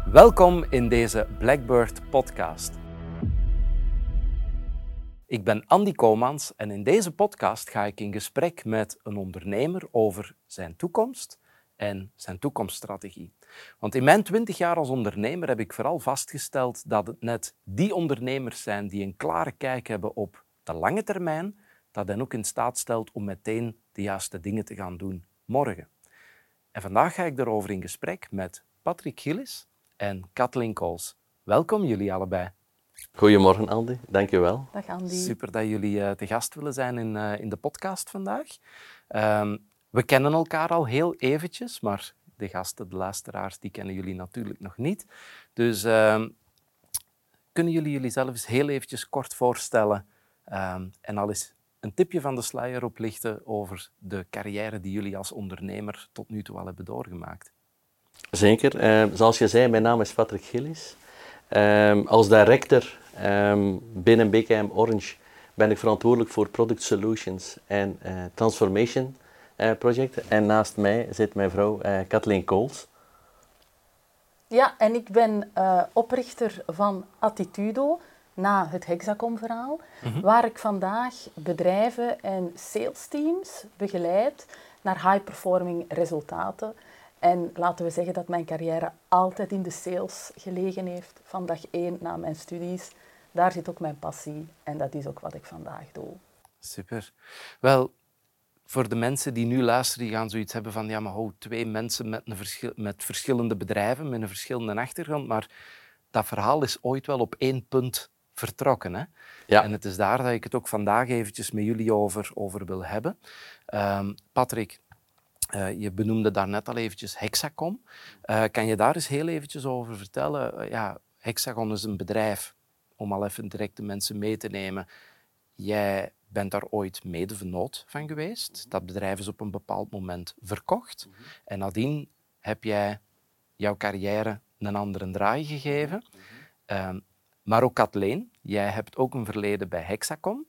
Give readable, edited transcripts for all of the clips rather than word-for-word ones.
Welkom in deze Blackbird podcast. Ik ben Andy Komans en in deze podcast ga ik in gesprek met een ondernemer over zijn toekomst en zijn toekomststrategie. Want in mijn 20 jaar als ondernemer heb ik vooral vastgesteld dat het net die ondernemers zijn die een klare kijk hebben op de lange termijn, dat hen ook in staat stelt om meteen de juiste dingen te gaan doen morgen. En vandaag ga ik daarover in gesprek met Patrick Gillis en Kathleen Coles. Welkom jullie allebei. Goedemorgen Andy, dankjewel. Dag Andy. Super dat jullie te gast willen zijn in de podcast vandaag. We kennen elkaar al heel eventjes, maar de gasten, de luisteraars, die kennen jullie natuurlijk nog niet. Dus kunnen jullie zelf eens heel eventjes kort voorstellen en al eens een tipje van de sluier oplichten over de carrière die jullie als ondernemer tot nu toe al hebben doorgemaakt? Zeker. Zoals je zei, mijn naam is Patrick Gillis. Als director binnen BKM Orange ben ik verantwoordelijk voor Product Solutions en Transformation projecten. En naast mij zit mijn vrouw Kathleen Coles. Ja, en ik ben oprichter van Attitudo, na het Hexacom-verhaal, waar ik vandaag bedrijven en salesteams begeleid naar high-performing resultaten. En laten we zeggen dat mijn carrière altijd in de sales gelegen heeft, van dag 1 na mijn studies. Daar zit ook mijn passie en dat is ook wat ik vandaag doe. Super. Wel, voor de mensen die nu luisteren, die gaan zoiets hebben van ja, maar twee mensen met verschillende bedrijven, met een verschillende achtergrond, maar dat verhaal is ooit wel op één punt vertrokken. Hè? Ja. En het is daar dat ik het ook vandaag eventjes met jullie over wil hebben. Patrick, je benoemde daarnet al eventjes Hexacom. Kan je daar eens heel eventjes over vertellen? Hexacom is een bedrijf, om al even direct de mensen mee te nemen. Jij bent daar ooit mede-vennoot van geweest. Dat bedrijf is op een bepaald moment verkocht. En nadien heb jij jouw carrière een andere draai gegeven. Maar ook Kathleen, jij hebt ook een verleden bij Hexacom.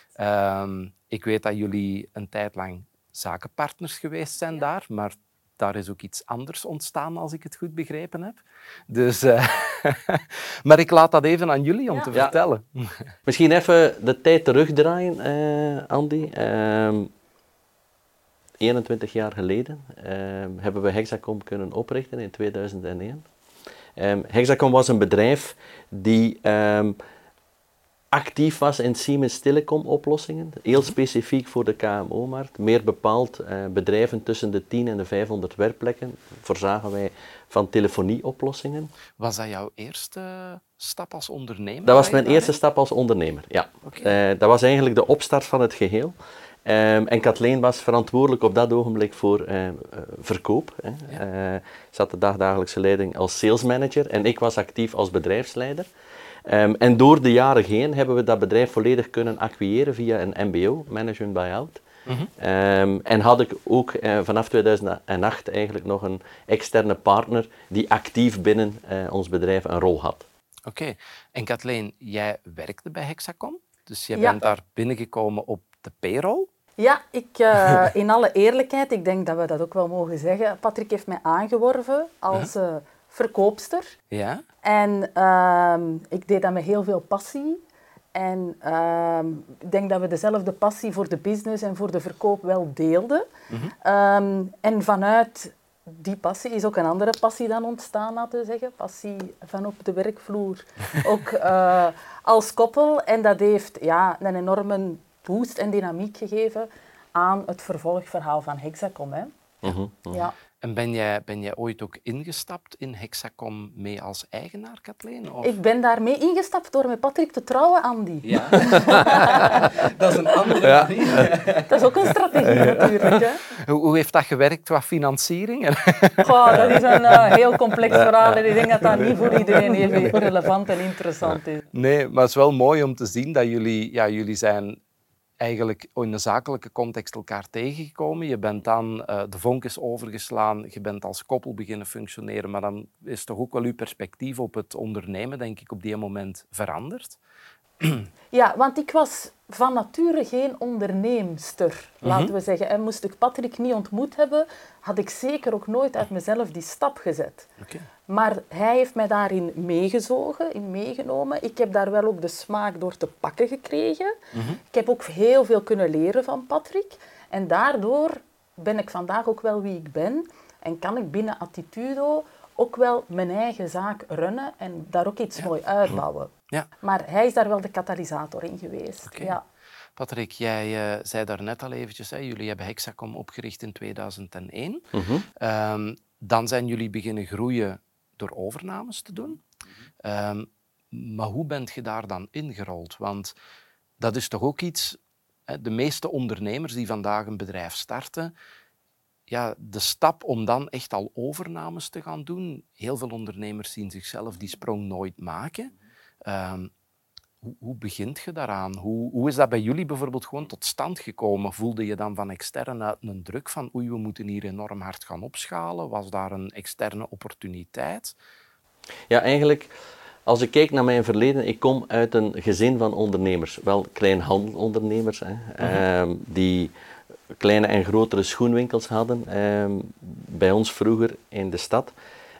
Ik weet dat jullie een tijd lang zakenpartners geweest zijn daar, maar daar is ook iets anders ontstaan, als ik het goed begrepen heb. Dus, maar ik laat dat even aan jullie om te vertellen. Misschien even de tijd terugdraaien, Andy. 21 jaar geleden hebben we Hexacom kunnen oprichten in 2001. Hexacom was een bedrijf die actief was in Siemens Telecom oplossingen, heel specifiek voor de KMO-markt. Meer bepaald bedrijven tussen de 10 en de 500 werkplekken voorzagen wij van telefonieoplossingen. Was dat jouw eerste stap als ondernemer? Dat was mijn eerste stap als ondernemer, ja. Okay. Dat was eigenlijk de opstart van het geheel. En Kathleen was verantwoordelijk op dat ogenblik voor verkoop. Ze had de dagdagelijkse leiding als salesmanager en ik was actief als bedrijfsleider. En door de jaren heen hebben we dat bedrijf volledig kunnen acquireren via een MBO, Management Buyout. En had ik ook vanaf 2008 eigenlijk nog een externe partner die actief binnen ons bedrijf een rol had. Oké. En Kathleen, jij werkte bij Hexacom, dus jij bent daar binnengekomen op de payroll? Ja, in alle eerlijkheid, ik denk dat we dat ook wel mogen zeggen. Patrick heeft mij aangeworven als verkoopster. Ja? En ik deed dat met heel veel passie. En ik denk dat we dezelfde passie voor de business en voor de verkoop wel deelden. En vanuit die passie is ook een andere passie dan ontstaan, laten we zeggen. Passie van op de werkvloer, ook als koppel. En dat heeft een enorme boost en dynamiek gegeven aan het vervolgverhaal van Hexacom. Hè. Ja. En ben jij ooit ook ingestapt in Hexacom mee als eigenaar, Kathleen? Of? Ik ben daarmee ingestapt door met Patrick te trouwen, Andy. Ja. Dat is een andere manier. Dat is ook een strategie natuurlijk. Hè. Hoe heeft dat gewerkt qua financiering? Goh, dat is een heel complex verhaal en ik denk dat dat niet voor iedereen even relevant en interessant is. Nee, maar het is wel mooi om te zien dat jullie zijn eigenlijk in een zakelijke context elkaar tegengekomen. Je bent dan, de vonk is overgeslaan, je bent als koppel beginnen functioneren, maar dan is toch ook wel uw perspectief op het ondernemen, denk ik, op die moment veranderd. Ja, want ik was van nature geen onderneemster, laten we zeggen. En moest ik Patrick niet ontmoet hebben, had ik zeker ook nooit uit mezelf die stap gezet. Okay. Maar hij heeft mij daarin meegenomen. Ik heb daar wel ook de smaak door te pakken gekregen. Ik heb ook heel veel kunnen leren van Patrick. En daardoor ben ik vandaag ook wel wie ik ben. En kan ik binnen Attitudo ook wel mijn eigen zaak runnen en daar ook iets mooi uitbouwen. Ja. Maar hij is daar wel de katalysator in geweest. Okay. Ja. Patrick, jij zei daar net al eventjes, jullie hebben Hexacom opgericht in 2001. Dan zijn jullie beginnen groeien door overnames te doen. Maar hoe bent je daar dan ingerold? Want dat is toch ook iets, de meeste ondernemers die vandaag een bedrijf starten, ja, de stap om dan echt al overnames te gaan doen, heel veel ondernemers zien zichzelf die sprong nooit maken. Hoe begint je daaraan? Hoe is dat bij jullie bijvoorbeeld gewoon tot stand gekomen? Voelde je dan van extern uit een druk van oei, we moeten hier enorm hard gaan opschalen? Was daar een externe opportuniteit? Ja, eigenlijk, als ik kijk naar mijn verleden, ik kom uit een gezin van ondernemers. Wel kleinhandelondernemers, die kleine en grotere schoenwinkels hadden bij ons vroeger in de stad.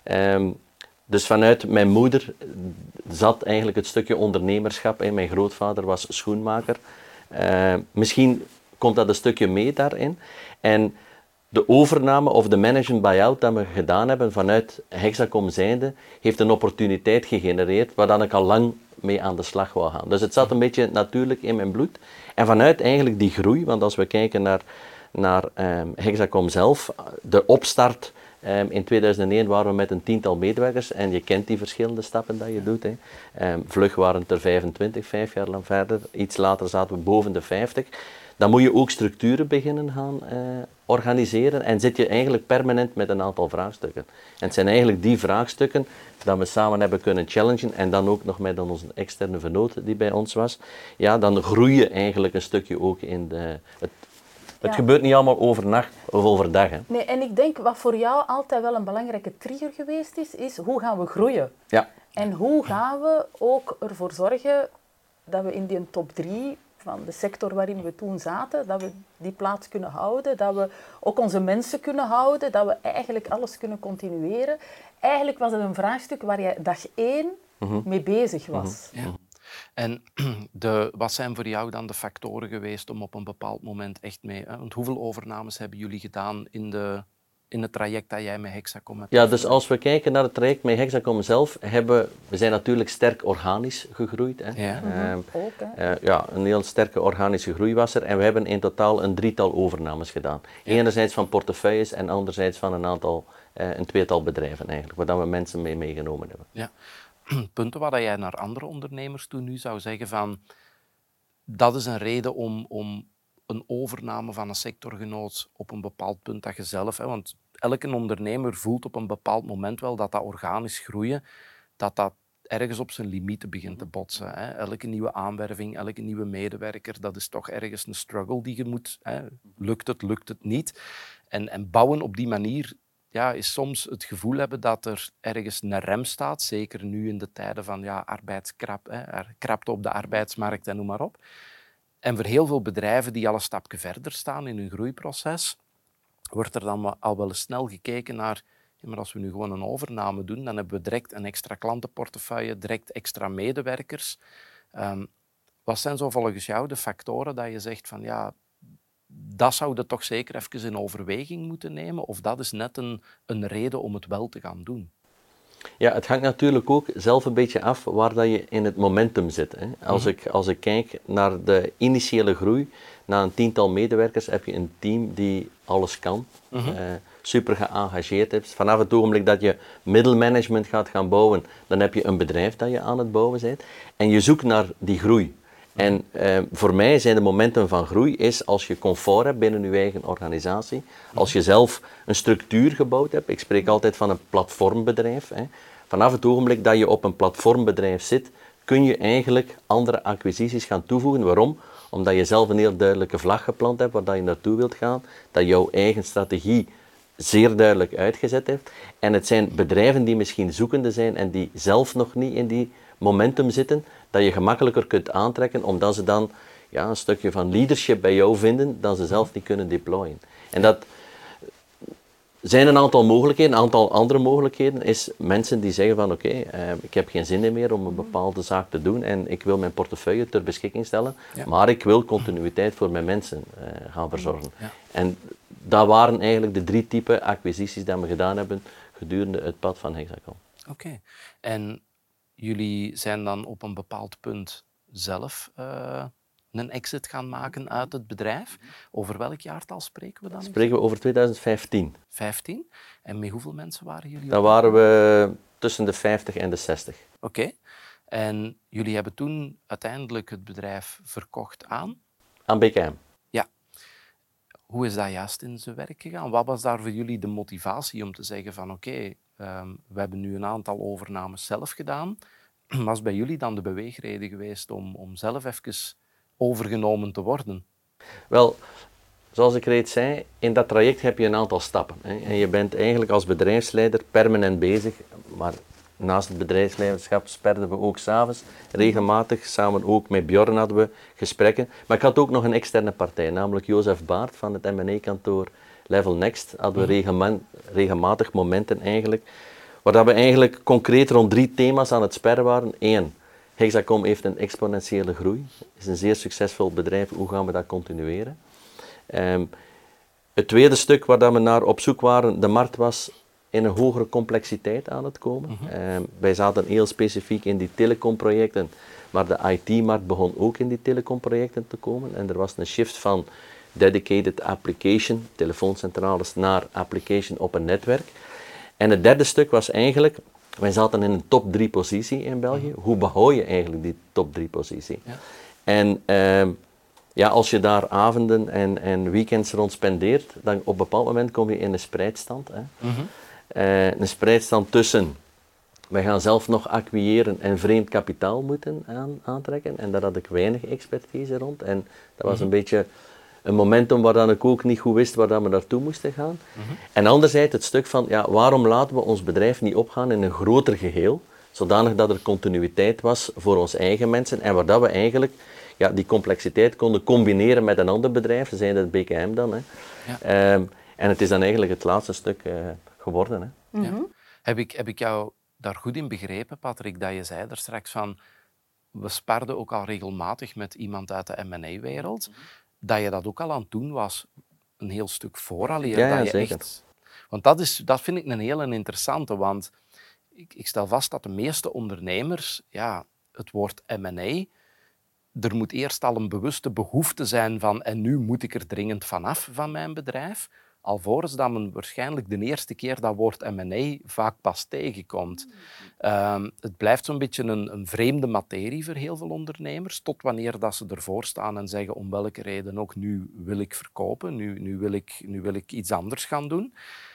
Dus vanuit mijn moeder zat eigenlijk het stukje ondernemerschap in. Mijn grootvader was schoenmaker. Misschien komt dat een stukje mee daarin. En de overname of de management buyout dat we gedaan hebben vanuit Hexacom zijnde, heeft een opportuniteit gegenereerd waar dan ik al lang mee aan de slag wou gaan. Dus het zat een beetje natuurlijk in mijn bloed. En vanuit eigenlijk die groei, want als we kijken naar Hexacom zelf, de opstart. In 2001 waren we met een 10-tal medewerkers en je kent die verschillende stappen dat je doet. Vlug waren het er 25, 5 jaar lang verder. Iets later zaten we boven de 50. Dan moet je ook structuren beginnen gaan organiseren en zit je eigenlijk permanent met een aantal vraagstukken. En het zijn eigenlijk die vraagstukken dat we samen hebben kunnen challengen en dan ook nog met onze externe vernoot die bij ons was. Ja, dan groei je eigenlijk een stukje ook in het gebeurt niet allemaal overnacht of overdag. Hè. Nee, en ik denk wat voor jou altijd wel een belangrijke trigger geweest is hoe gaan we groeien? Ja. En hoe gaan we ook ervoor zorgen dat we in die top 3 van de sector waarin we toen zaten, dat we die plaats kunnen houden, dat we ook onze mensen kunnen houden, dat we eigenlijk alles kunnen continueren. Eigenlijk was het een vraagstuk waar jij dag 1 mee bezig was. Ja. En wat zijn voor jou dan de factoren geweest om op een bepaald moment echt mee... Want hoeveel overnames hebben jullie gedaan in het traject dat jij met Hexacom hebt? Ja, dus als we kijken naar het traject met Hexacom zelf, we zijn natuurlijk sterk organisch gegroeid. Hè. Ja. Ook, hè? Ja, een heel sterke organische groei was er. En we hebben in totaal een 3-tal overnames gedaan. Ja. Enerzijds van portefeuilles en anderzijds van een 2-tal bedrijven eigenlijk, waar we mensen mee meegenomen hebben. Ja. Punten waar jij naar andere ondernemers toe nu zou zeggen van dat is een reden om een overname van een sectorgenoot op een bepaald punt dat je zelf... want elke ondernemer voelt op een bepaald moment wel dat organisch groeien, dat ergens op zijn limieten begint te botsen. Elke nieuwe aanwerving, elke nieuwe medewerker, dat is toch ergens een struggle die je moet... Lukt het niet? En bouwen op die manier... Ja, is soms het gevoel hebben dat er ergens een rem staat, zeker nu in de tijden van krapte op de arbeidsmarkt en noem maar op. En voor heel veel bedrijven die al een stapje verder staan in hun groeiproces, wordt er dan al wel eens snel gekeken naar, ja, maar als we nu gewoon een overname doen, dan hebben we direct een extra klantenportefeuille, direct extra medewerkers. Wat zijn zo volgens jou de factoren dat je zegt van ja, dat zou je toch zeker even in overweging moeten nemen? Of dat is net een reden om het wel te gaan doen? Ja, het hangt natuurlijk ook zelf een beetje af waar dat je in het momentum zit. Hè. Als ik kijk naar de initiële groei, na een 10-tal medewerkers heb je een team die alles kan. Super geëngageerd is. Vanaf het ogenblik dat je middelmanagement gaat gaan bouwen, dan heb je een bedrijf dat je aan het bouwen bent. En je zoekt naar die groei. En voor mij zijn de momenten van groei is als je comfort hebt binnen je eigen organisatie, als je zelf een structuur gebouwd hebt. Ik spreek altijd van een platformbedrijf. Hè. Vanaf het ogenblik dat je op een platformbedrijf zit, kun je eigenlijk andere acquisities gaan toevoegen. Waarom? Omdat je zelf een heel duidelijke vlag geplant hebt waar je naartoe wilt gaan, dat jouw eigen strategie zeer duidelijk uitgezet heeft. En het zijn bedrijven die misschien zoekende zijn en die zelf nog niet in die momentum zitten dat je gemakkelijker kunt aantrekken, omdat ze dan een stukje van leadership bij jou vinden dat ze zelf niet kunnen deployen. En dat zijn een aantal mogelijkheden. Een aantal andere mogelijkheden is mensen die zeggen van oké, ik heb geen zin meer om een bepaalde zaak te doen en ik wil mijn portefeuille ter beschikking stellen, maar ik wil continuïteit voor mijn mensen gaan verzorgen. Ja. En dat waren eigenlijk de 3 typen acquisities die we gedaan hebben gedurende het pad van Hexacom. Oké. En jullie zijn dan op een bepaald punt zelf een exit gaan maken uit het bedrijf. Over welk jaartal spreken we dan? Spreken we over 2015. 15? En met hoeveel mensen waren jullie? Dan waren we tussen de 50 en de 60. Oké. En jullie hebben toen uiteindelijk het bedrijf verkocht aan? Aan BKM. Ja. Hoe is dat juist in zijn werk gegaan? Wat was daar voor jullie de motivatie om te zeggen van oké, we hebben nu een aantal overnames zelf gedaan. Was bij jullie dan de beweegreden geweest om zelf even overgenomen te worden? Wel, zoals ik reeds zei, in dat traject heb je een aantal stappen. Hè. En je bent eigenlijk als bedrijfsleider permanent bezig, maar naast het bedrijfsleiderschap sperden we ook 's avonds regelmatig, samen ook met Bjorn hadden we gesprekken. Maar ik had ook nog een externe partij, namelijk Jozef Baart van het M&A-kantoor Level Next. Hadden we regelmatig momenten eigenlijk, waar we eigenlijk concreet rond 3 thema's aan het sperren waren. 1. Hexacom heeft een exponentiële groei. Het is een zeer succesvol bedrijf. Hoe gaan we dat continueren? Het tweede stuk waar we naar op zoek waren, de markt was in een hogere complexiteit aan het komen. Wij zaten heel specifiek in die telecomprojecten, maar de IT-markt begon ook in die telecomprojecten te komen. En er was een shift van dedicated application, telefooncentrales, naar application op een netwerk. En het derde stuk was eigenlijk, wij zaten in een top 3 positie in België. Hoe behoud je eigenlijk die top 3 positie? Ja. En als je daar avonden en weekends rond spendeert, dan op een bepaald moment kom je in een spreidstand. Hè. Een spreidstand tussen, wij gaan zelf nog acquireren en vreemd kapitaal moeten aantrekken. En daar had ik weinig expertise rond. En dat was een beetje een momentum waar dan ik ook niet goed wist waar dan we naartoe moesten gaan. En anderzijds het stuk van, waarom laten we ons bedrijf niet opgaan in een groter geheel, zodanig dat er continuïteit was voor onze eigen mensen en waar dat we eigenlijk die complexiteit konden combineren met een ander bedrijf, ze zijn het BKM dan. Hè. Ja. En het is dan eigenlijk het laatste stuk geworden. Hè. Ja. Heb ik jou daar goed in begrepen, Patrick, dat je zei er straks van, we sparden ook al regelmatig met iemand uit de M&A-wereld, dat je dat ook al aan het doen was, een heel stuk vooraleer. Ja, dat je zeker. Echt... Want dat vind ik een heel interessante, want ik stel vast dat de meeste ondernemers, het woord M&A, er moet eerst al een bewuste behoefte zijn van en nu moet ik er dringend vanaf van mijn bedrijf, alvorens dat men waarschijnlijk de eerste keer dat woord M&A vaak pas tegenkomt. Het blijft zo'n beetje een vreemde materie voor heel veel ondernemers, tot wanneer dat ze ervoor staan en zeggen om welke reden ook, nu wil ik verkopen, nu wil ik iets anders gaan doen.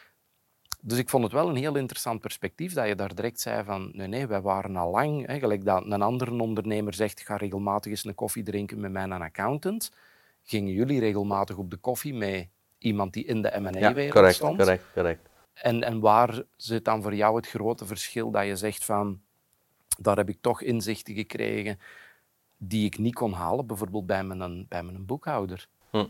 Dus ik vond het wel een heel interessant perspectief dat je daar direct zei van nee, wij waren al lang, gelijk dat een andere ondernemer zegt, ik ga regelmatig eens een koffie drinken met mijn accountant. Gingen jullie regelmatig op de koffie met iemand die in de M&A-wereld stond? Correct. En waar zit dan voor jou het grote verschil dat je zegt van, daar heb ik toch inzichten gekregen die ik niet kon halen, bijvoorbeeld bij mijn boekhouder?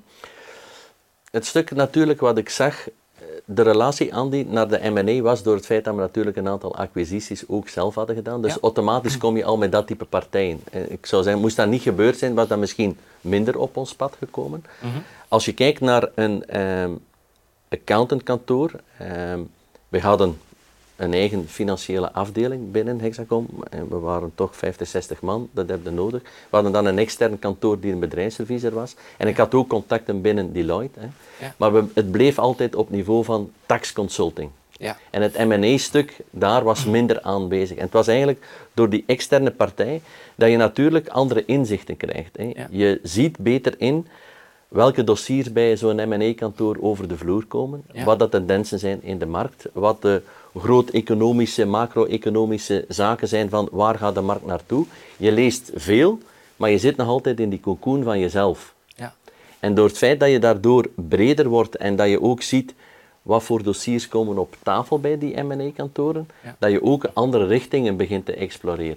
Het stuk natuurlijk wat ik zag, de relatie naar de M&A was door het feit dat we natuurlijk een aantal acquisities ook zelf hadden gedaan. Dus automatisch kom je al met dat type partijen. Ik zou zeggen, moest dat niet gebeurd zijn, was dat misschien minder op ons pad gekomen. Als je kijkt naar een accountantkantoor, we hadden een eigen financiële afdeling binnen Hexacom. En we waren toch 50, 60 man, dat hebben we nodig. We hadden dan een extern kantoor die een bedrijfsrevisor was. En ik had ook contacten binnen Deloitte. Hè. Ja. Maar het bleef altijd op niveau van tax consulting. Ja. En het M&A-stuk, daar was minder aanwezig. En het was eigenlijk door die externe partij dat je natuurlijk andere inzichten krijgt. Hè. Ja. Je ziet beter in welke dossiers bij zo'n M&A-kantoor over de vloer komen, wat de tendensen zijn in de markt, wat de groot-economische, macro-economische zaken zijn van waar gaat de markt naartoe. Je leest veel, maar je zit nog altijd in die cocoon van jezelf. Ja. En door het feit dat je daardoor breder wordt en dat je ook ziet wat voor dossiers komen op tafel bij die M&A-kantoren, dat je ook andere richtingen begint te exploreren.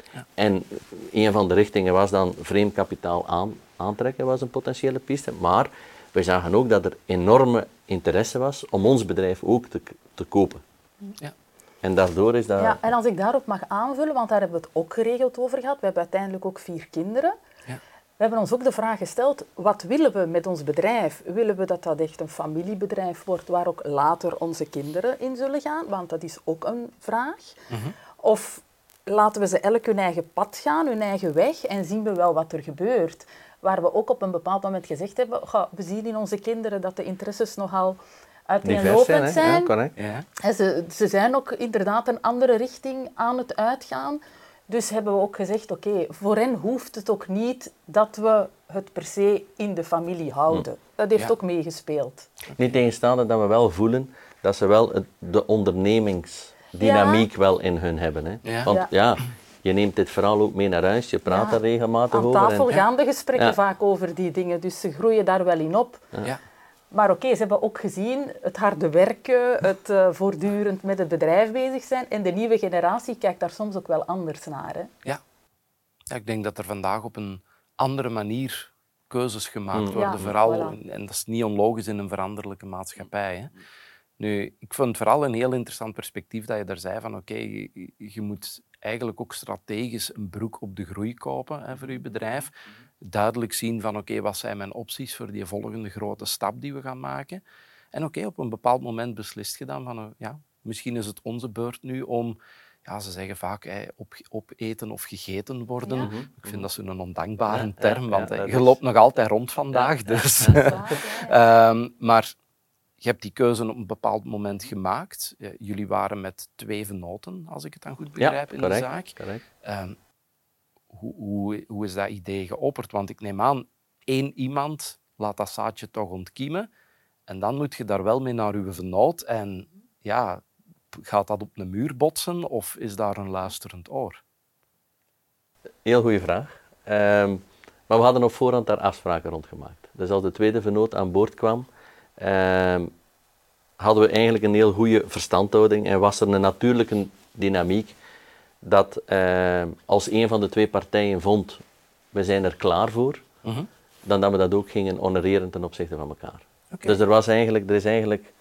Ja. En een van de richtingen was dan vreemd kapitaal aantrekken, was een potentiële piste. Maar we zagen ook dat er enorme interesse was om ons bedrijf ook te kopen. Ja. En daardoor is dat... Ja, en als ik daarop mag aanvullen, want daar hebben we het ook geregeld over gehad. We hebben uiteindelijk ook 4 kinderen. Ja. We hebben ons ook de vraag gesteld, wat willen we met ons bedrijf? Willen we dat dat echt een familiebedrijf wordt waar ook later onze kinderen in zullen gaan? Want dat is ook een vraag. Of laten we ze elk hun eigen pad gaan, hun eigen weg en zien we wel wat er gebeurt? Waar we ook op een bepaald moment gezegd hebben, we zien in onze kinderen dat de interesses nogal uiteenlopend zijn. Ja, correct. Ja. En ze zijn ook inderdaad een andere richting aan het uitgaan. Dus hebben we ook gezegd, oké, voor hen hoeft het ook niet dat we het per se in de familie houden. Dat heeft ook meegespeeld. Niet tegenstaande dat we wel voelen dat ze wel de ondernemingsdynamiek wel in hun hebben. Hè. Ja. Want je neemt dit verhaal ook mee naar huis, je praat er regelmatig Aan over. tafel gaan de gesprekken Ja. vaak over die dingen, dus ze groeien daar wel in op. Ja. Maar oké, ze hebben ook gezien het harde werken, het voortdurend met het bedrijf bezig zijn. En de nieuwe generatie kijkt daar soms ook wel anders naar. Hè? Ja. Ja, ik denk dat er vandaag op een andere manier keuzes gemaakt worden. Ja, Vooral, voilà. en dat is niet onlogisch in een veranderlijke maatschappij. Hè. Nu, ik vond het vooral een heel interessant perspectief dat je daar zei van oké, je moet eigenlijk ook strategisch een broek op de groei kopen, hè, voor je bedrijf. Duidelijk zien van oké, wat zijn mijn opties voor die volgende grote stap die we gaan maken. En oké, op een bepaald moment beslist je dan van misschien is het onze beurt nu om, ze zeggen vaak opeten of gegeten worden. Ja. Ik vind dat zo'n ondankbare Ja, term, ja, want dat je is- loopt nog altijd rond vandaag. Dus. Maar je hebt die keuze op een bepaald moment gemaakt. Jullie waren met 2 venoten, als ik het dan goed begrijp, in de zaak. Correct. Hoe is dat idee geopperd? Want ik neem aan, 1 iemand laat dat zaadje toch ontkiemen. En dan moet je daar wel mee naar je venoot. En gaat dat op een muur botsen of is daar een luisterend oor? Heel goede vraag. Maar we hadden op voorhand daar afspraken rond gemaakt. Dus als de tweede vennoot aan boord kwam, hadden we eigenlijk een heel goede verstandhouding en was er een natuurlijke dynamiek dat als een van de 2 partijen vond, we zijn er klaar voor, dan dat we dat ook gingen honoreren ten opzichte van elkaar. Okay. Dus er is eigenlijk,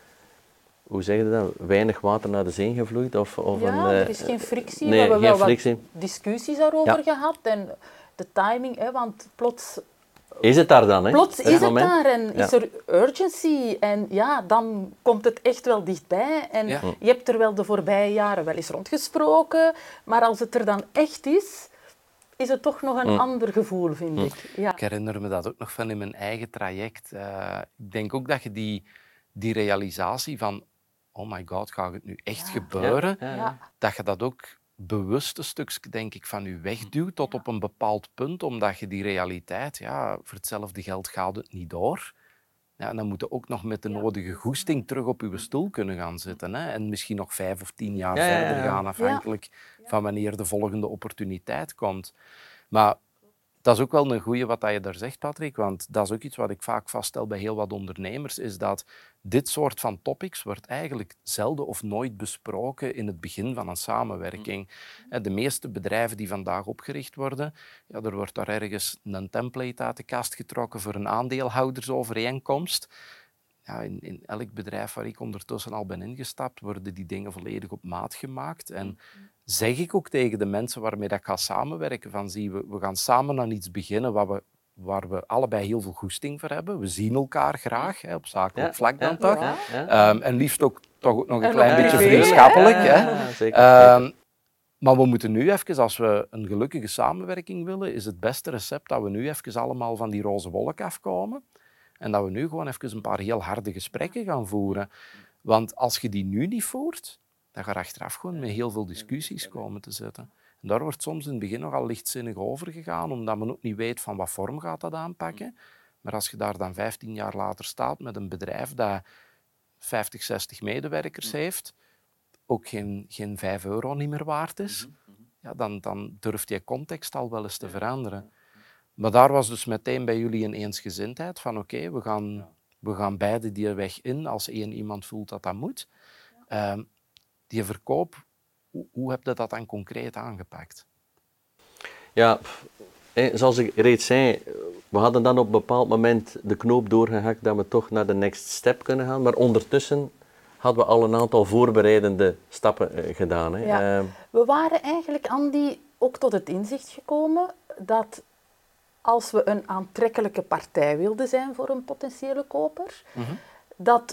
hoe zeg je dat, weinig water naar de zee gevloeid? Er is geen frictie. Nee, we hebben geen wel frictie. wat discussies daarover gehad. En de timing, want plots Is het daar dan? Hè? is het moment? daar en is er urgency. En dan komt het echt wel dichtbij. En je hebt er wel de voorbije jaren wel eens rondgesproken. Maar als het er dan echt is het toch nog een ander gevoel, vind ik. Ja. Ik herinner me dat ook nog van in mijn eigen traject. Ik denk ook dat je die realisatie van oh my god, gaat het nu echt gebeuren? Ja. Dat je dat ook bewust een stukje, denk ik, van je wegduwt tot op een bepaald punt, omdat je die realiteit, voor hetzelfde geld gaat het niet door. Ja, en dan moet je ook nog met de nodige goesting terug op je stoel kunnen gaan zitten. Hè? En misschien nog 5 of 10 jaar verder gaan, afhankelijk van wanneer de volgende opportuniteit komt. Maar dat is ook wel een goeie wat je daar zegt, Patrick, want dat is ook iets wat ik vaak vaststel bij heel wat ondernemers, is dat dit soort van topics wordt eigenlijk zelden of nooit besproken in het begin van een samenwerking. De meeste bedrijven die vandaag opgericht worden, er wordt daar ergens een template uit de kast getrokken voor een aandeelhoudersovereenkomst. Ja, in elk bedrijf waar ik ondertussen al ben ingestapt, worden die dingen volledig op maat gemaakt. En zeg ik ook tegen de mensen waarmee ik ga samenwerken, van zie, we gaan samen aan iets beginnen waar we allebei heel veel goesting voor hebben. We zien elkaar graag, op zakelijk vlak dan toch. En liefst ook toch nog een klein beetje vriendschappelijk. Zeker. Maar we moeten nu even, als we een gelukkige samenwerking willen, is het beste recept dat we nu even allemaal van die roze wolk afkomen. En dat we nu gewoon even een paar heel harde gesprekken gaan voeren. Want als je die nu niet voert, dan ga je achteraf gewoon met heel veel discussies komen te zitten. En daar wordt soms in het begin nogal lichtzinnig over gegaan, omdat men ook niet weet van wat vorm gaat dat aanpakken. Maar als je daar dan 15 jaar later staat met een bedrijf dat 50, 60 medewerkers heeft, ook geen 5 euro niet meer waard is, dan durft die context al wel eens te veranderen. Maar daar was dus meteen bij jullie een eensgezindheid van oké, we gaan beide die weg in als één iemand voelt dat dat moet. Die verkoop, hoe heb je dat dan concreet aangepakt? Ja, zoals ik reeds zei, we hadden dan op een bepaald moment de knoop doorgehakt dat we toch naar de next step kunnen gaan. Maar ondertussen hadden we al een aantal voorbereidende stappen gedaan. Hè. Ja. We waren eigenlijk, Andy, ook tot het inzicht gekomen dat als we een aantrekkelijke partij wilden zijn voor een potentiële koper, dat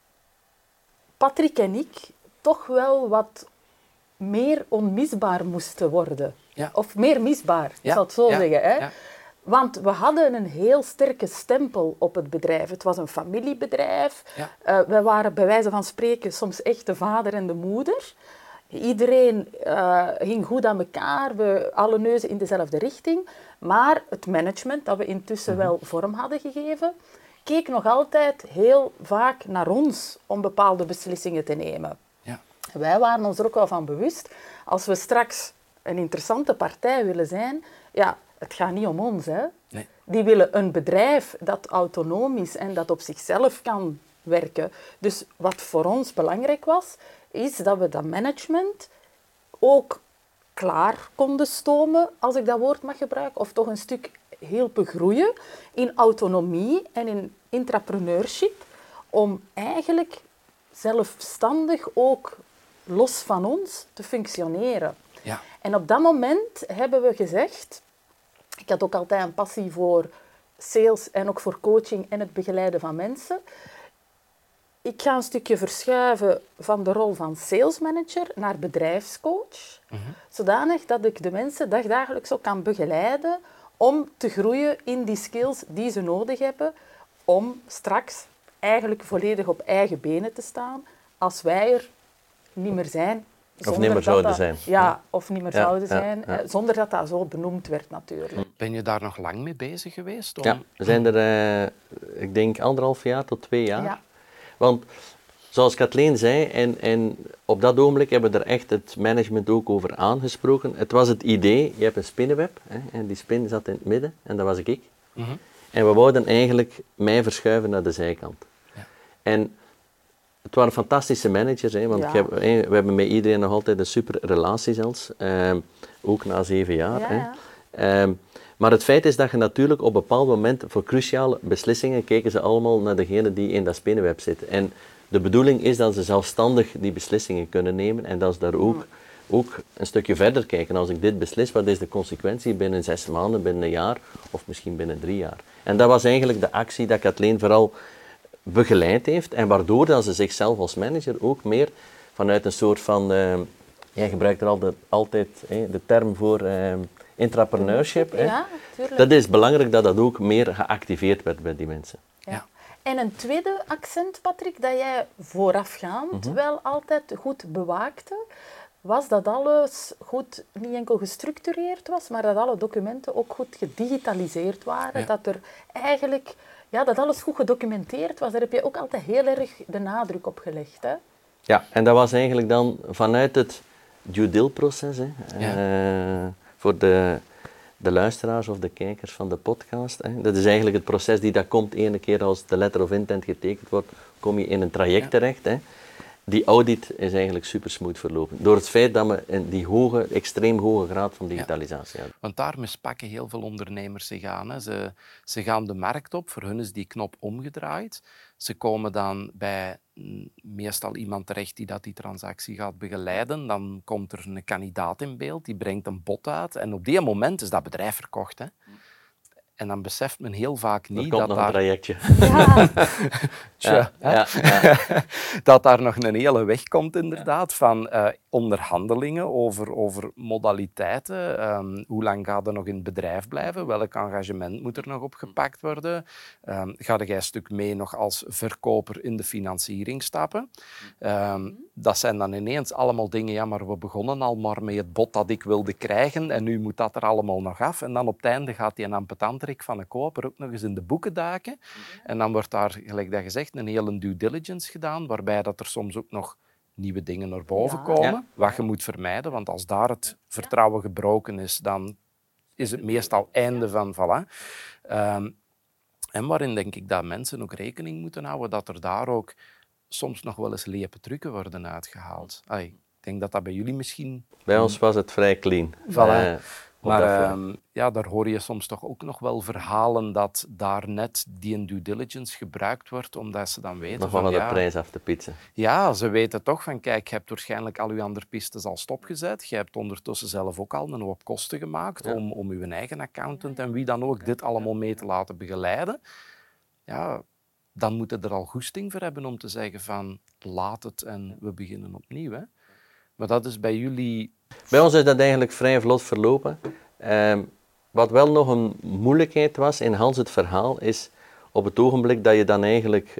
Patrick en ik toch wel wat meer onmisbaar moesten worden. Ja. Of meer misbaar, ik zal het zo zeggen. Hè? Ja. Want we hadden een heel sterke stempel op het bedrijf. Het was een familiebedrijf. Ja. We waren bij wijze van spreken soms echt de vader en de moeder. Iedereen ging goed aan elkaar, we alle neuzen in dezelfde richting. Maar het management, dat we intussen wel vorm hadden gegeven, keek nog altijd heel vaak naar ons om bepaalde beslissingen te nemen. Ja. Wij waren ons er ook wel van bewust, als we straks een interessante partij willen zijn, ja, het gaat niet om ons. Hè. Nee. Die willen een bedrijf dat autonoom is en dat op zichzelf kan werken. Dus wat voor ons belangrijk was, is dat we dat management ook klaar konden stomen, als ik dat woord mag gebruiken, of toch een stuk hielpen groeien in autonomie en in intrapreneurship, om eigenlijk zelfstandig ook los van ons te functioneren. Ja. En op dat moment hebben we gezegd, ik had ook altijd een passie voor sales en ook voor coaching en het begeleiden van mensen. Ik ga een stukje verschuiven van de rol van salesmanager naar bedrijfscoach, zodanig dat ik de mensen dagdagelijks ook kan begeleiden om te groeien in die skills die ze nodig hebben om straks eigenlijk volledig op eigen benen te staan als wij er niet meer zijn. Of niet meer zouden zijn. Ja, of niet meer zouden ja, zijn, ja. zonder dat dat zo benoemd werd natuurlijk. Ben je daar nog lang mee bezig geweest? Om... Ja, we zijn er, ik denk, 1,5 jaar tot 2 jaar. Ja. Want, zoals Kathleen zei, en op dat ogenblik hebben we er echt het management ook over aangesproken. Het was het idee, je hebt een spinnenweb, hè, en die spin zat in het midden, en dat was ik. En we wouden eigenlijk mij verschuiven naar de zijkant. Ja. En het waren fantastische managers, hè, want Ja. we hebben met iedereen nog altijd een super relatie zelfs, ook na 7 jaar. Ja, hè. ja. Maar het feit is dat je natuurlijk op een bepaald moment voor cruciale beslissingen kijken ze allemaal naar degene die in dat spinnenweb zit. En de bedoeling is dat ze zelfstandig die beslissingen kunnen nemen en dat ze daar ook een stukje verder kijken. Als ik dit beslis, wat is de consequentie binnen 6 maanden, binnen een jaar of misschien binnen 3 jaar? En dat was eigenlijk de actie dat Kathleen vooral begeleid heeft en waardoor dat ze zichzelf als manager ook meer vanuit een soort van, jij gebruikt er altijd de term voor intrapreneurship. Hè. Ja, tuurlijk. Dat is belangrijk dat dat ook meer geactiveerd werd bij die mensen. Ja. En een tweede accent, Patrick, dat jij voorafgaand wel altijd goed bewaakte, was dat alles goed, niet enkel gestructureerd was, maar dat alle documenten ook goed gedigitaliseerd waren. Ja. Dat er eigenlijk, ja, dat alles goed gedocumenteerd was. Daar heb je ook altijd heel erg de nadruk op gelegd. Hè? Ja, en dat was eigenlijk dan vanuit het due deal-proces, voor de luisteraars of de kijkers van de podcast. Hè. Dat is eigenlijk het proces die dat komt ene keer als de letter of intent getekend wordt, kom je in een traject terecht. Hè. Die audit is eigenlijk super smooth verlopen. Door het feit dat we die extreem hoge graad van digitalisatie hebben. Want daar mispakken heel veel ondernemers zich aan. Hè. Ze gaan de markt op, voor hun is die knop omgedraaid. Ze komen dan bij meestal iemand terecht die die transactie gaat begeleiden. Dan komt er een kandidaat in beeld, die brengt een bod uit. En op die moment is dat bedrijf verkocht. Hè. En dan beseft men heel vaak niet Er komt dat nog daar... een trajectje. Ja. Dat daar nog een hele weg komt, inderdaad, van onderhandelingen over modaliteiten. Hoe lang gaat er nog in het bedrijf blijven? Welk engagement moet er nog opgepakt worden? Ga jij een stuk mee nog als verkoper in de financiering stappen? Dat zijn dan ineens allemaal dingen, ja, maar we begonnen al maar met het bod dat ik wilde krijgen en nu moet dat er allemaal nog af. En dan op het einde gaat die ampetantrek van een koper ook nog eens in de boeken duiken. En dan wordt daar, gelijk dat gezegd, een hele due diligence gedaan, waarbij dat er soms ook nog nieuwe dingen naar boven komen, Ja. wat je moet vermijden. Want als daar het vertrouwen gebroken is, dan is het meestal einde van voilà. En waarin denk ik dat mensen ook rekening moeten houden dat er daar ook soms nog wel eens lepe trucken worden uitgehaald. Ik denk dat dat bij jullie misschien... Bij ons was het vrij clean. Voilà. Maar daar hoor je soms toch ook nog wel verhalen dat daar net die in due diligence gebruikt wordt, omdat ze dan weten nog van... wel de prijs af te pitsen. Ja, ze weten toch van, kijk, je hebt waarschijnlijk al je andere pistes al stopgezet. Je hebt ondertussen zelf ook al een hoop kosten gemaakt om je eigen accountant en wie dan ook dit allemaal mee te laten begeleiden. Ja, dan moet je er al goesting voor hebben om te zeggen van, laat het en we beginnen opnieuw. Hè. Maar dat is bij jullie... Bij ons is dat eigenlijk vrij vlot verlopen. Wat wel nog een moeilijkheid was in Hans het verhaal, is op het ogenblik dat je dan eigenlijk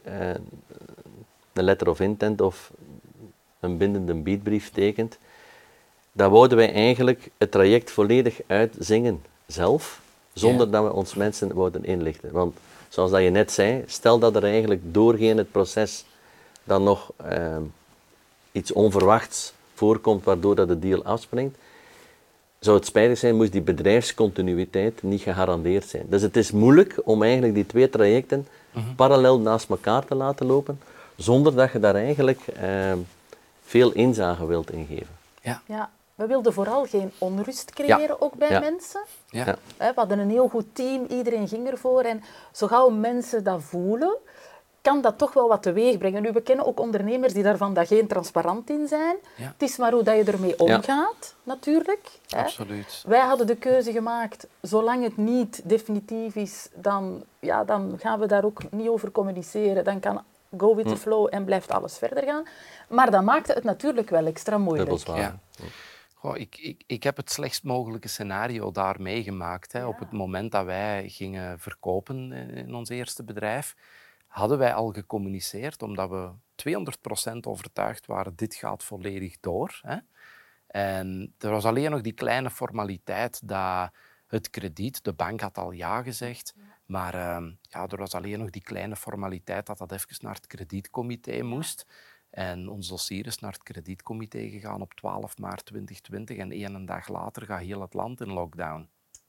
een letter of intent of een bindende biedbrief tekent, dan wouden wij eigenlijk het traject volledig uitzingen zelf, zonder dat we ons mensen wouden inlichten. Want zoals dat je net zei, stel dat er eigenlijk doorheen het proces dan nog iets onverwachts voorkomt waardoor dat de deal afspringt, zou het spijtig zijn moest die bedrijfscontinuïteit niet gegarandeerd zijn. Dus het is moeilijk om eigenlijk die twee trajecten parallel naast elkaar te laten lopen, zonder dat je daar eigenlijk veel inzage wilt ingeven. Ja, we wilden vooral geen onrust creëren, ook bij mensen. Ja. We hadden een heel goed team, iedereen ging ervoor. En zo gauw mensen dat voelen, kan dat toch wel wat teweeg brengen. Nu, we kennen ook ondernemers die daarvan dat geen transparant in zijn. Ja. Het is maar hoe dat je ermee omgaat, natuurlijk. Absoluut. Wij hadden de keuze gemaakt, zolang het niet definitief is, dan gaan we daar ook niet over communiceren. Dan kan go with the flow en blijft alles verder gaan. Maar dat maakte het natuurlijk wel extra moeilijk. Ja. Goh, ik heb het slechtst mogelijke scenario daar meegemaakt. Op het moment dat wij gingen verkopen in ons eerste bedrijf, hadden wij al gecommuniceerd, omdat we 200% overtuigd waren, dit gaat volledig door. Hè. En er was alleen nog die kleine formaliteit dat het krediet, de bank had al ja gezegd, maar er was alleen nog die kleine formaliteit dat dat even naar het kredietcomité moest. En ons dossier is naar het kredietcomité gegaan op 12 maart 2020 en 1 dag later gaat heel het land in lockdown.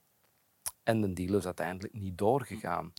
En de deal is uiteindelijk niet doorgegaan.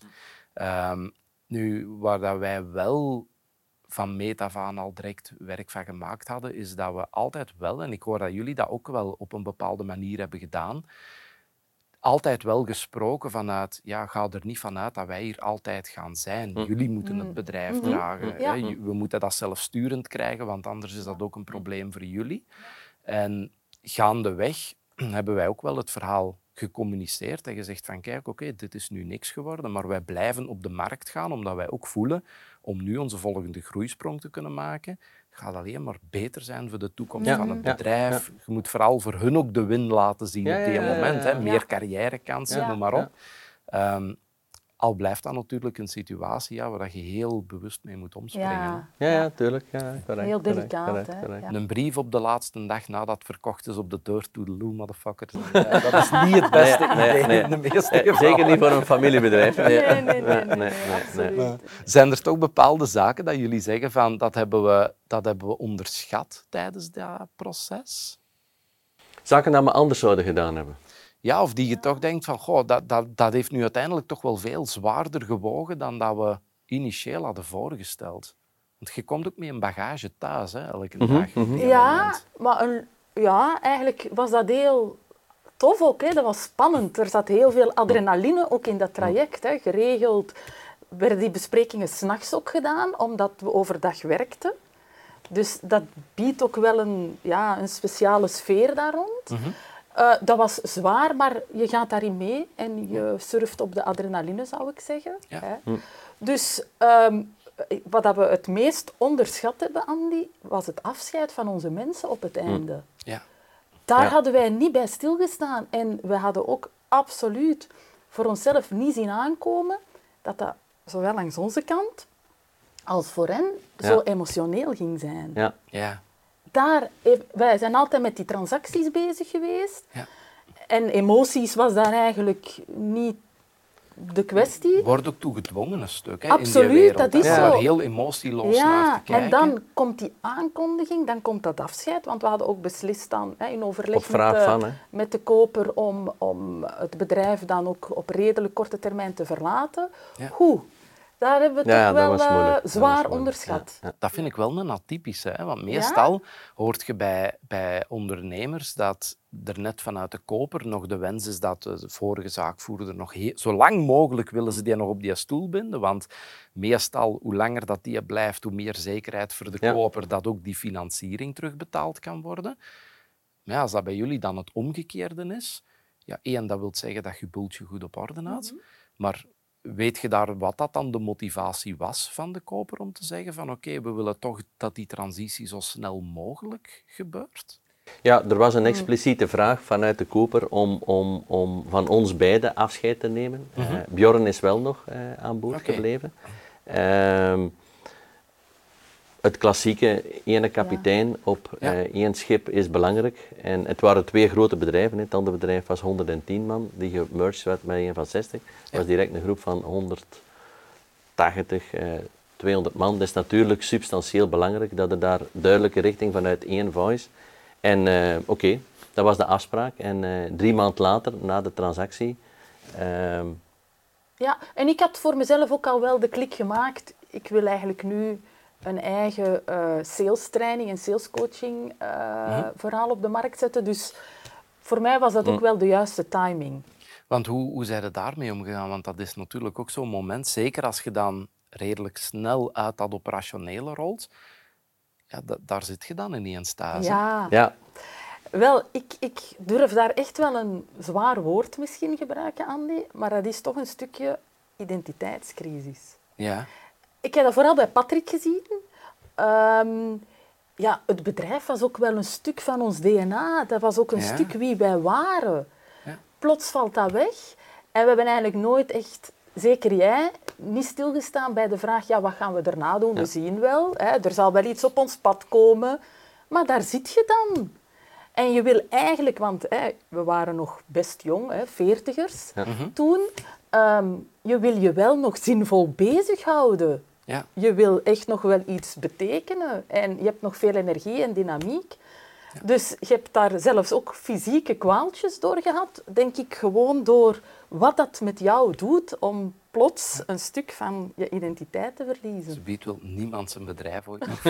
Nu, waar dat wij wel van meet af aan al direct werk van gemaakt hadden, is dat we altijd wel, en ik hoor dat jullie dat ook wel op een bepaalde manier hebben gedaan, altijd wel gesproken vanuit, ga er niet vanuit dat wij hier altijd gaan zijn. Jullie moeten het bedrijf dragen. Ja. We moeten dat zelfsturend krijgen, want anders is dat ook een probleem voor jullie. En gaandeweg hebben wij ook wel het verhaal gecommuniceerd en gezegd van kijk, oké, dit is nu niks geworden, maar wij blijven op de markt gaan, omdat wij ook voelen, om nu onze volgende groeisprong te kunnen maken, gaat alleen maar beter zijn voor de toekomst van het bedrijf. Ja. Je moet vooral voor hun ook de win laten zien op die moment. Hè. Meer carrièrekansen, noem maar op. Al blijft dat natuurlijk een situatie waar je heel bewust mee moet omspringen. Ja, tuurlijk. Ja, correct, heel delicaat. correct. Een brief op de laatste dag nadat het verkocht is op de deur, toedeloe, motherfuckers. Dat is niet het beste idee in de meeste gevallen. Zeker niet voor een familiebedrijf. Nee. Zijn er toch bepaalde zaken dat jullie zeggen van dat hebben we onderschat tijdens dat proces? Zaken dat we anders zouden gedaan hebben? Ja, of die je toch denkt van, dat heeft nu uiteindelijk toch wel veel zwaarder gewogen dan dat we initieel hadden voorgesteld. Want je komt ook met een bagage thuis, hè, elke dag. Maar eigenlijk was dat heel tof ook. Hè. Dat was spannend. Er zat heel veel adrenaline ook in dat traject. Hè. Geregeld werden die besprekingen 's nachts ook gedaan, omdat we overdag werkten. Dus dat biedt ook wel een speciale sfeer daar rond. Dat was zwaar, maar je gaat daarin mee en je surft op de adrenaline, zou ik zeggen. Ja. Hè. Dus wat we het meest onderschat hebben, Andy, was het afscheid van onze mensen op het einde. Ja. Daar hadden wij niet bij stilgestaan. En we hadden ook absoluut voor onszelf niet zien aankomen dat zowel langs onze kant als voor hen zo emotioneel ging zijn. Ja. Wij zijn altijd met die transacties bezig geweest. Ja. En emoties was daar eigenlijk niet de kwestie. Wordt ook toe gedwongen een stuk. Hè, Absoluut, in die wereld, dat is zo. daar heel emotieloos naar te kijken. En dan komt die aankondiging, dan komt dat afscheid. Want we hadden ook beslist dan, in overleg met de koper om het bedrijf dan ook op redelijk korte termijn te verlaten. Ja. Goed. Daar hebben we Ja, toch dat wel was moeilijk. Dat was zwaar moeilijk. onderschat. Ja. Dat vind ik wel een atypische, hè? Want meestal hoort je bij ondernemers dat er net vanuit de koper nog de wens is dat de vorige zaakvoerder nog zo lang mogelijk willen ze die nog op die stoel binden, want meestal, hoe langer dat die blijft, hoe meer zekerheid voor de koper dat ook die financiering terugbetaald kan worden. Maar ja, als dat bij jullie dan het omgekeerde is, ja, één, dat wil zeggen dat je boeltje goed op orde had, maar weet je daar wat dat dan de motivatie was van de koper om te zeggen van oké, we willen toch dat die transitie zo snel mogelijk gebeurt? Ja, er was een expliciete vraag vanuit de koper om van ons beiden afscheid te nemen. Bjorn is wel nog aan boord gebleven. Het klassieke, ene kapitein op één schip is belangrijk. En het waren 2 grote bedrijven. Het andere bedrijf was 110 man, die gemerged werd met een van 60. Het was direct een groep van 180, 200 man. Dat is natuurlijk substantieel belangrijk dat er daar duidelijke richting vanuit één voice. En oké, dat was de afspraak. En 3 maanden later, na de transactie... Ja, en ik had voor mezelf ook al wel de klik gemaakt. Ik wil eigenlijk nu een eigen sales training en salescoaching verhaal op de markt zetten. Dus voor mij was dat ook wel de juiste timing. Want hoe zijn je daarmee omgegaan? Want dat is natuurlijk ook zo'n moment, zeker als je dan redelijk snel uit dat operationele rolt, ja, daar zit je dan ineens thuis. Ja. Wel, ik durf daar echt wel een zwaar woord misschien gebruiken, Andy, maar dat is toch een stukje identiteitscrisis. Ja. Ik heb dat vooral bij Patrick gezien. Het bedrijf was ook wel een stuk van ons DNA. Dat was ook een stuk wie wij waren. Ja. Plots valt dat weg. En we hebben eigenlijk nooit echt, zeker jij, niet stilgestaan bij de vraag, ja, wat gaan we daarna doen? We zien wel, hè, er zal wel iets op ons pad komen. Maar daar zit je dan. En je wil eigenlijk, want we waren nog best jong, 40ers toen. Je wil je wel nog zinvol bezighouden. Ja. Je wil echt nog wel iets betekenen. En je hebt nog veel energie en dynamiek. Ja. Dus je hebt daar zelfs ook fysieke kwaaltjes door gehad, denk ik, gewoon door wat dat met jou doet om plots een stuk van je identiteit te verliezen. Zoiets wil niemand zijn bedrijf ooit nog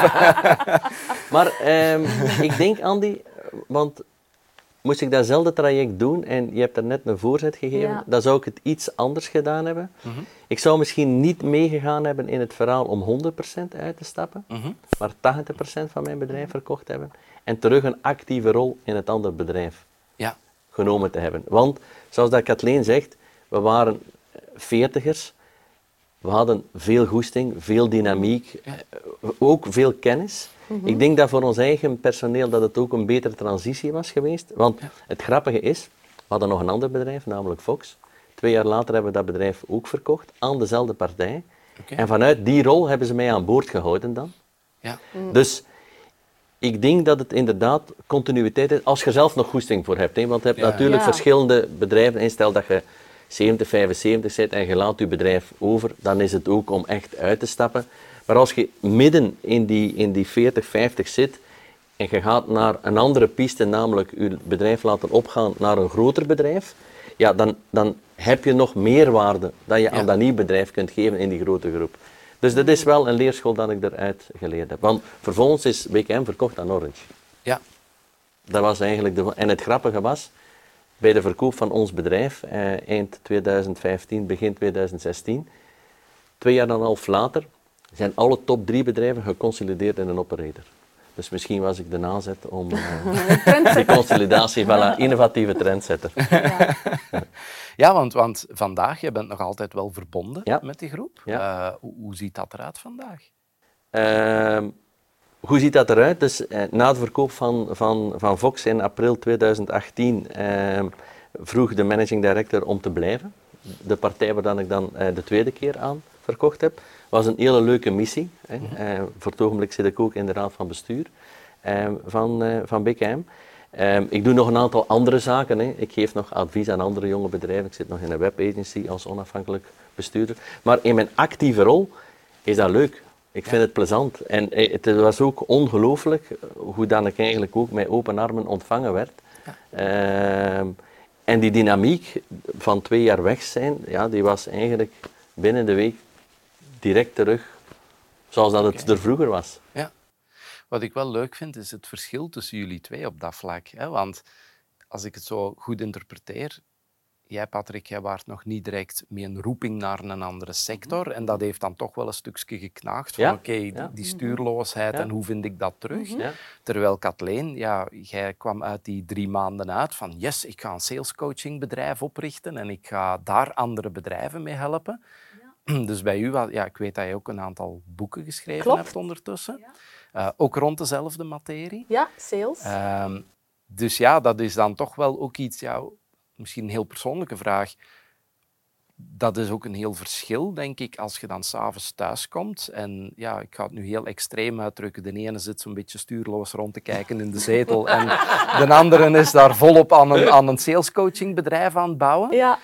Maar ik denk, Andy, want moest ik datzelfde traject doen en je hebt er net een voorzet gegeven, dan zou ik het iets anders gedaan hebben. Ik zou misschien niet meegegaan hebben in het verhaal om 100% uit te stappen, maar 80% van mijn bedrijf verkocht hebben en terug een actieve rol in het andere bedrijf genomen te hebben. Want, zoals dat Kathleen zegt, we waren 40ers, we hadden veel goesting, veel dynamiek, ook veel kennis. Ik denk dat voor ons eigen personeel dat het ook een betere transitie was geweest. Want het grappige is, we hadden nog een ander bedrijf, namelijk Fox. 2 jaar later hebben we dat bedrijf ook verkocht aan dezelfde partij. En vanuit die rol hebben ze mij aan boord gehouden dan. Dus ik denk dat het inderdaad continuïteit is, als je er zelf nog goesting voor hebt. Want je hebt natuurlijk verschillende bedrijven. En stel dat je 70, 75 zit en je laat je bedrijf over, dan is het ook om echt uit te stappen. Maar als je midden in die 40, 50 zit en je gaat naar een andere piste, namelijk je bedrijf laten opgaan naar een groter bedrijf, ja, dan heb je nog meer waarde dan je aan dat nieuw bedrijf kunt geven in die grote groep. Dus dat is wel een leerschool dat ik eruit geleerd heb. Want vervolgens is WKM verkocht aan Orange. Ja. Dat was eigenlijk en het grappige was, bij de verkoop van ons bedrijf, eind 2015, begin 2016, 2,5 jaar later, zijn alle top 3 bedrijven geconsolideerd in een operator. Dus misschien was ik de nazet om die consolidatie van een innovatieve trendsetter. Ja, want vandaag, je bent nog altijd wel verbonden met die groep. Ja. Hoe ziet dat eruit vandaag? Hoe ziet dat eruit? Dus na de verkoop van Fox in april 2018 vroeg de managing director om te blijven. De partij waar ik dan de tweede keer aan verkocht heb, was een hele leuke missie. Voor het ogenblik zit ik ook in de raad van bestuur van BKM. Ik doe nog een aantal andere zaken. Ik geef nog advies aan andere jonge bedrijven. Ik zit nog in een webagency als onafhankelijk bestuurder. Maar in mijn actieve rol is dat leuk. Ik vind het plezant. En het was ook ongelooflijk hoe dan ik eigenlijk ook met open armen ontvangen werd. En die dynamiek van 2 jaar weg zijn, die was eigenlijk binnen de week direct terug zoals dat het er vroeger was. Ja. Wat ik wel leuk vind, is het verschil tussen jullie twee op dat vlak. Hè? Want als ik het zo goed interpreteer, jij, Patrick, jij waart nog niet direct met een roeping naar een andere sector. En dat heeft dan toch wel een stukje geknaagd van die stuurloosheid en hoe vind ik dat terug. Ja. Terwijl Kathleen, ja, jij kwam uit die 3 maanden uit van yes, ik ga een salescoachingbedrijf oprichten en ik ga daar andere bedrijven mee helpen. Ja. Dus bij u, ja, ik weet dat je ook een aantal boeken geschreven hebt ondertussen. Ja. Ook rond dezelfde materie. Ja, sales. Dus ja, dat is dan toch wel ook iets... Ja, misschien een heel persoonlijke vraag. Dat is ook een heel verschil, denk ik, als je dan s'avonds thuiskomt. En ja, ik ga het nu heel extreem uitdrukken. De ene zit zo'n beetje stuurloos rond te kijken in de zetel en de andere is daar volop aan een salescoachingbedrijf aan het bouwen. Ja.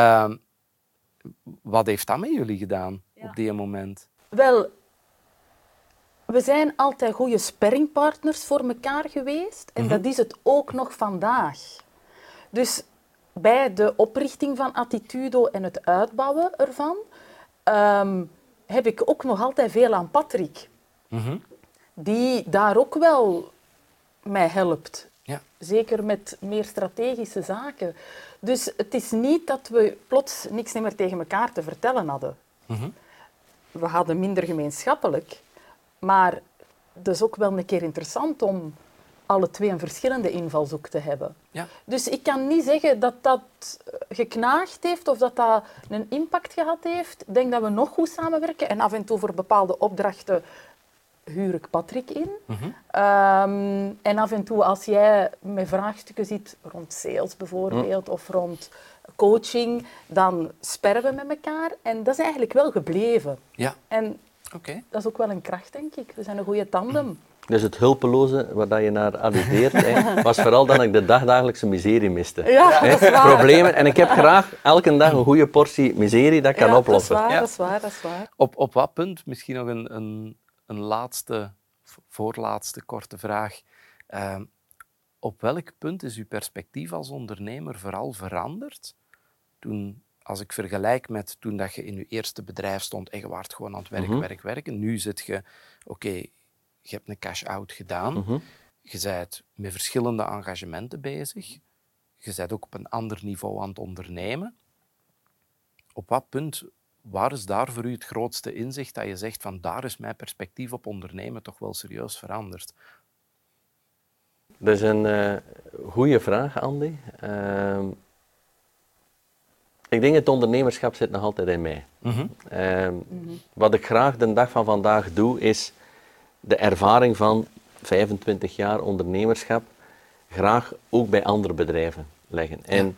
Wat heeft dat met jullie gedaan op die moment? Wel, we zijn altijd goede sparringpartners voor elkaar geweest. En dat is het ook nog vandaag. Dus bij de oprichting van Attitudo en het uitbouwen ervan, heb ik ook nog altijd veel aan Patrick. Die daar ook wel mij helpt. Ja. Zeker met meer strategische zaken. Dus het is niet dat we plots niks meer tegen elkaar te vertellen hadden. We hadden minder gemeenschappelijk. Maar het is ook wel een keer interessant om alle twee een verschillende invalshoek te hebben. Ja. Dus ik kan niet zeggen dat dat geknaagd heeft of dat dat een impact gehad heeft. Ik denk dat we nog goed samenwerken en af en toe voor bepaalde opdrachten huur ik Patrick in. En af en toe als jij met vraagstukken zit rond sales bijvoorbeeld of rond coaching, dan sparren we met elkaar en dat is eigenlijk wel gebleven. Ja. En dat is ook wel een kracht, denk ik. We zijn een goede tandem. Dus het hulpeloze waar je naar alludeert, was vooral dat ik de dagdagelijkse miserie miste. Ja, dat is waar. Problemen. En ik heb graag elke dag een goede portie miserie dat ik kan oplossen. Dat is waar, dat is waar. Op wat punt, misschien nog een laatste, voorlaatste korte vraag. Op welk punt is uw perspectief als ondernemer vooral veranderd? Toen, als ik vergelijk met toen dat je in je eerste bedrijf stond en je waart gewoon aan het werken. Nu zit je, je hebt een cash-out gedaan. Je bent met verschillende engagementen bezig. Je bent ook op een ander niveau aan het ondernemen. Op wat punt, waar is daar voor u het grootste inzicht dat je zegt van daar is mijn perspectief op ondernemen toch wel serieus veranderd? Dat is een goede vraag, Andy. Ik denk het ondernemerschap zit nog altijd in mij. Wat ik graag de dag van vandaag doe, is de ervaring van 25 jaar ondernemerschap graag ook bij andere bedrijven leggen. En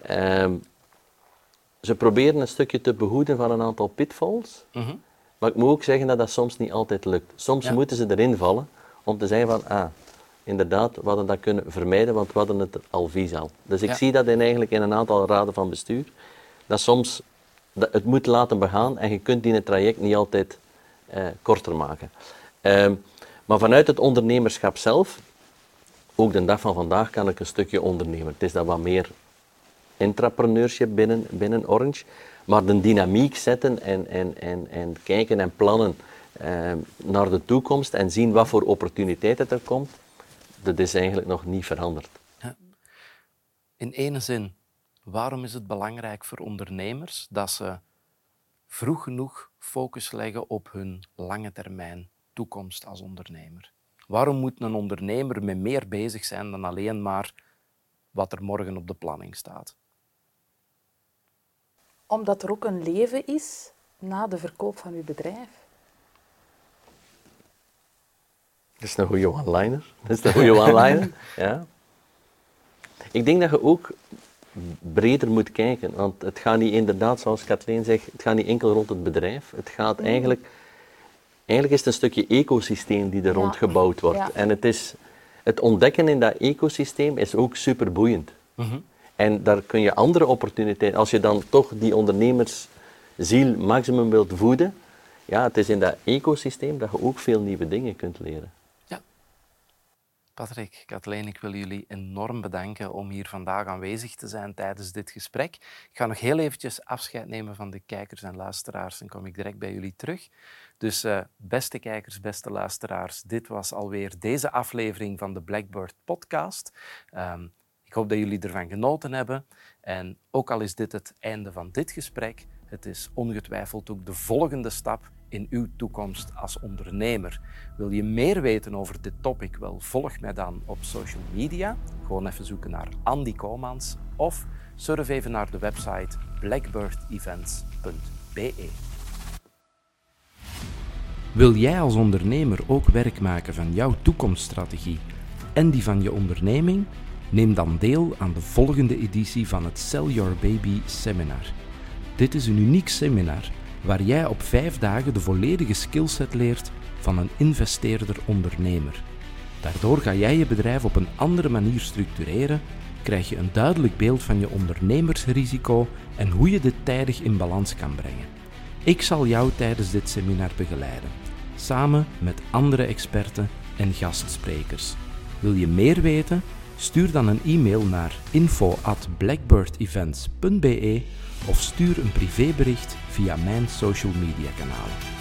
ze proberen een stukje te behoeden van een aantal pitfalls, maar ik moet ook zeggen dat dat soms niet altijd lukt. Soms moeten ze erin vallen om te zeggen van, inderdaad, we hadden dat kunnen vermijden, want we hadden het al vies al. Dus ik zie dat eigenlijk in een aantal raden van bestuur, dat soms het moet laten begaan en je kunt die in het traject niet altijd korter maken. Maar vanuit het ondernemerschap zelf, ook de dag van vandaag kan ik een stukje ondernemen. Het is dan wat meer intrapreneurship binnen Orange, maar de dynamiek zetten en kijken en plannen naar de toekomst en zien wat voor opportuniteiten er komt, dat is eigenlijk nog niet veranderd. Ja. In ene zin, waarom is het belangrijk voor ondernemers dat ze vroeg genoeg focus leggen op hun lange termijn toekomst als ondernemer? Waarom moet een ondernemer met meer bezig zijn dan alleen maar wat er morgen op de planning staat? Omdat er ook een leven is na de verkoop van uw bedrijf. Dat is een goede one-liner. Ja. Ik denk dat je ook breder moet kijken, want het gaat niet inderdaad, zoals Kathleen zegt, het gaat niet enkel rond het bedrijf. Het gaat eigenlijk is het een stukje ecosysteem die er rond gebouwd wordt. Ja. En het ontdekken in dat ecosysteem is ook superboeiend. En daar kun je andere opportuniteiten, als je dan toch die ondernemersziel maximum wilt voeden, het is in dat ecosysteem dat je ook veel nieuwe dingen kunt leren. Ja. Patrick, Kathleen, ik wil jullie enorm bedanken om hier vandaag aanwezig te zijn tijdens dit gesprek. Ik ga nog heel eventjes afscheid nemen van de kijkers en luisteraars en kom ik direct bij jullie terug. Dus beste kijkers, beste luisteraars, dit was alweer deze aflevering van de Blackbird podcast. Ik hoop dat jullie ervan genoten hebben. En ook al is dit het einde van dit gesprek, het is ongetwijfeld ook de volgende stap in uw toekomst als ondernemer. Wil je meer weten over dit topic? Wel, volg mij dan op social media. Gewoon even zoeken naar Andy Komans of surf even naar de website blackbirdevents.be. Wil jij als ondernemer ook werk maken van jouw toekomststrategie en die van je onderneming? Neem dan deel aan de volgende editie van het Sell Your Baby Seminar. Dit is een uniek seminar waar jij op 5 dagen de volledige skillset leert van een investeerder-ondernemer. Daardoor ga jij je bedrijf op een andere manier structureren, krijg je een duidelijk beeld van je ondernemersrisico en hoe je dit tijdig in balans kan brengen. Ik zal jou tijdens dit seminar begeleiden, samen met andere experten en gastsprekers. Wil je meer weten? Stuur dan een e-mail naar info@blackbirdevents.be of stuur een privébericht via mijn social media kanalen.